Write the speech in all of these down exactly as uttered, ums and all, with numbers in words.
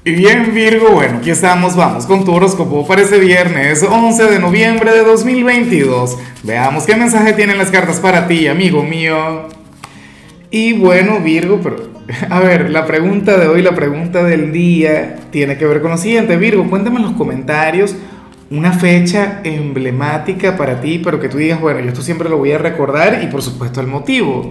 Y bien, Virgo, bueno, aquí estamos, vamos con tu horóscopo para ese viernes once de noviembre de dos mil veintidós. Veamos qué mensaje tienen las cartas para ti, amigo mío. Y bueno, Virgo, pero a ver, la pregunta de hoy, la pregunta del día, tiene que ver con lo siguiente. Virgo, cuéntame en los comentarios una fecha emblemática para ti, pero que tú digas, bueno, yo esto siempre lo voy a recordar y por supuesto el motivo.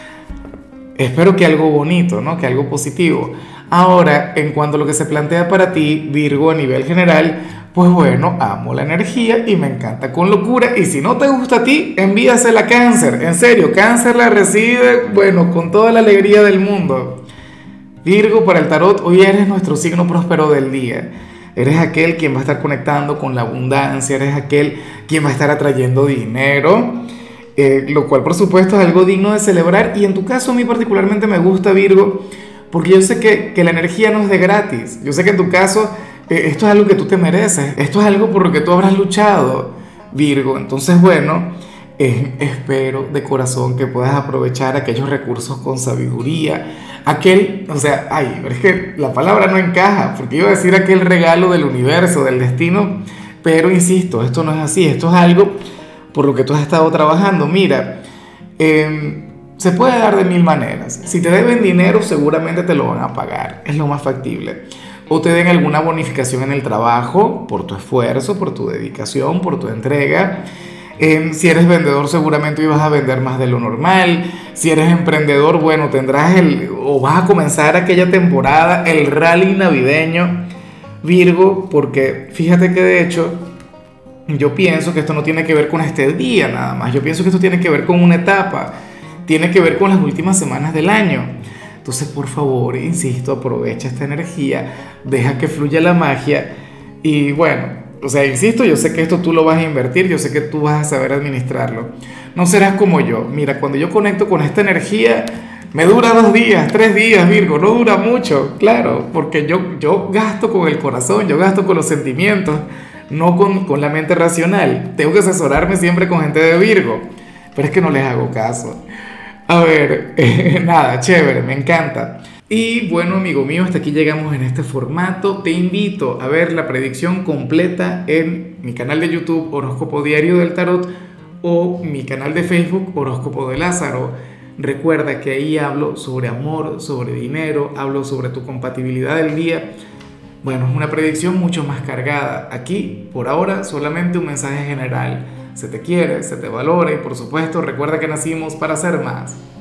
Espero que algo bonito, ¿no? Que algo positivo. Ahora, en cuanto a lo que se plantea para ti, Virgo, a nivel general, pues bueno, amo la energía y me encanta con locura. Y si no te gusta a ti, envíasela a Cáncer. En serio, Cáncer la recibe, bueno, con toda la alegría del mundo. Virgo, para el tarot, hoy eres nuestro signo próspero del día. Eres aquel quien va a estar conectando con la abundancia, eres aquel quien va a estar atrayendo dinero. Eh, lo cual por supuesto es algo digno de celebrar y en tu caso a mí particularmente me gusta, Virgo, porque yo sé que, que la energía no es de gratis. Yo sé que en tu caso eh, esto es algo que tú te mereces, esto es algo por lo que tú habrás luchado, Virgo. Entonces bueno, eh, espero de corazón que puedas aprovechar aquellos recursos con sabiduría, aquel, o sea, ay, pero es que la palabra no encaja, porque iba a decir aquel regalo del universo, del destino, pero insisto, esto no es así, esto es algo por lo que tú has estado trabajando. Mira, eh, se puede dar de mil maneras. Si te deben dinero, seguramente te lo van a pagar, es lo más factible. O te den alguna bonificación en el trabajo por tu esfuerzo, por tu dedicación, por tu entrega. Eh, si eres vendedor, seguramente ibas a vender más de lo normal. Si eres emprendedor, bueno, tendrás el, o vas a comenzar aquella temporada, el rally navideño, Virgo, porque fíjate que de hecho yo pienso que esto no tiene que ver con este día nada más. Yo pienso que esto tiene que ver con una etapa. Tiene que ver con las últimas semanas del año. Entonces, por favor, insisto, aprovecha esta energía. Deja que fluya la magia. Y bueno, o sea, insisto, yo sé que esto tú lo vas a invertir. Yo sé que tú vas a saber administrarlo. No serás como yo. Mira, cuando yo conecto con esta energía, me dura dos días, tres días, Virgo. No dura mucho, claro. Porque yo, yo gasto con el corazón. Yo gasto con los sentimientos, no con, con la mente racional. Tengo que asesorarme siempre con gente de Virgo, pero es que no les hago caso. A ver, eh, nada, chévere, me encanta. Y bueno, amigo mío, hasta aquí llegamos en este formato. Te invito a ver la predicción completa en mi canal de YouTube Horóscopo Diario del Tarot o mi canal de Facebook Horóscopo de Lázaro. Recuerda que ahí hablo sobre amor, sobre dinero, hablo sobre tu compatibilidad del día. Bueno, es una predicción mucho más cargada. Aquí, por ahora, solamente un mensaje general. Se te quiere, se te valora y por supuesto recuerda que nacimos para ser más.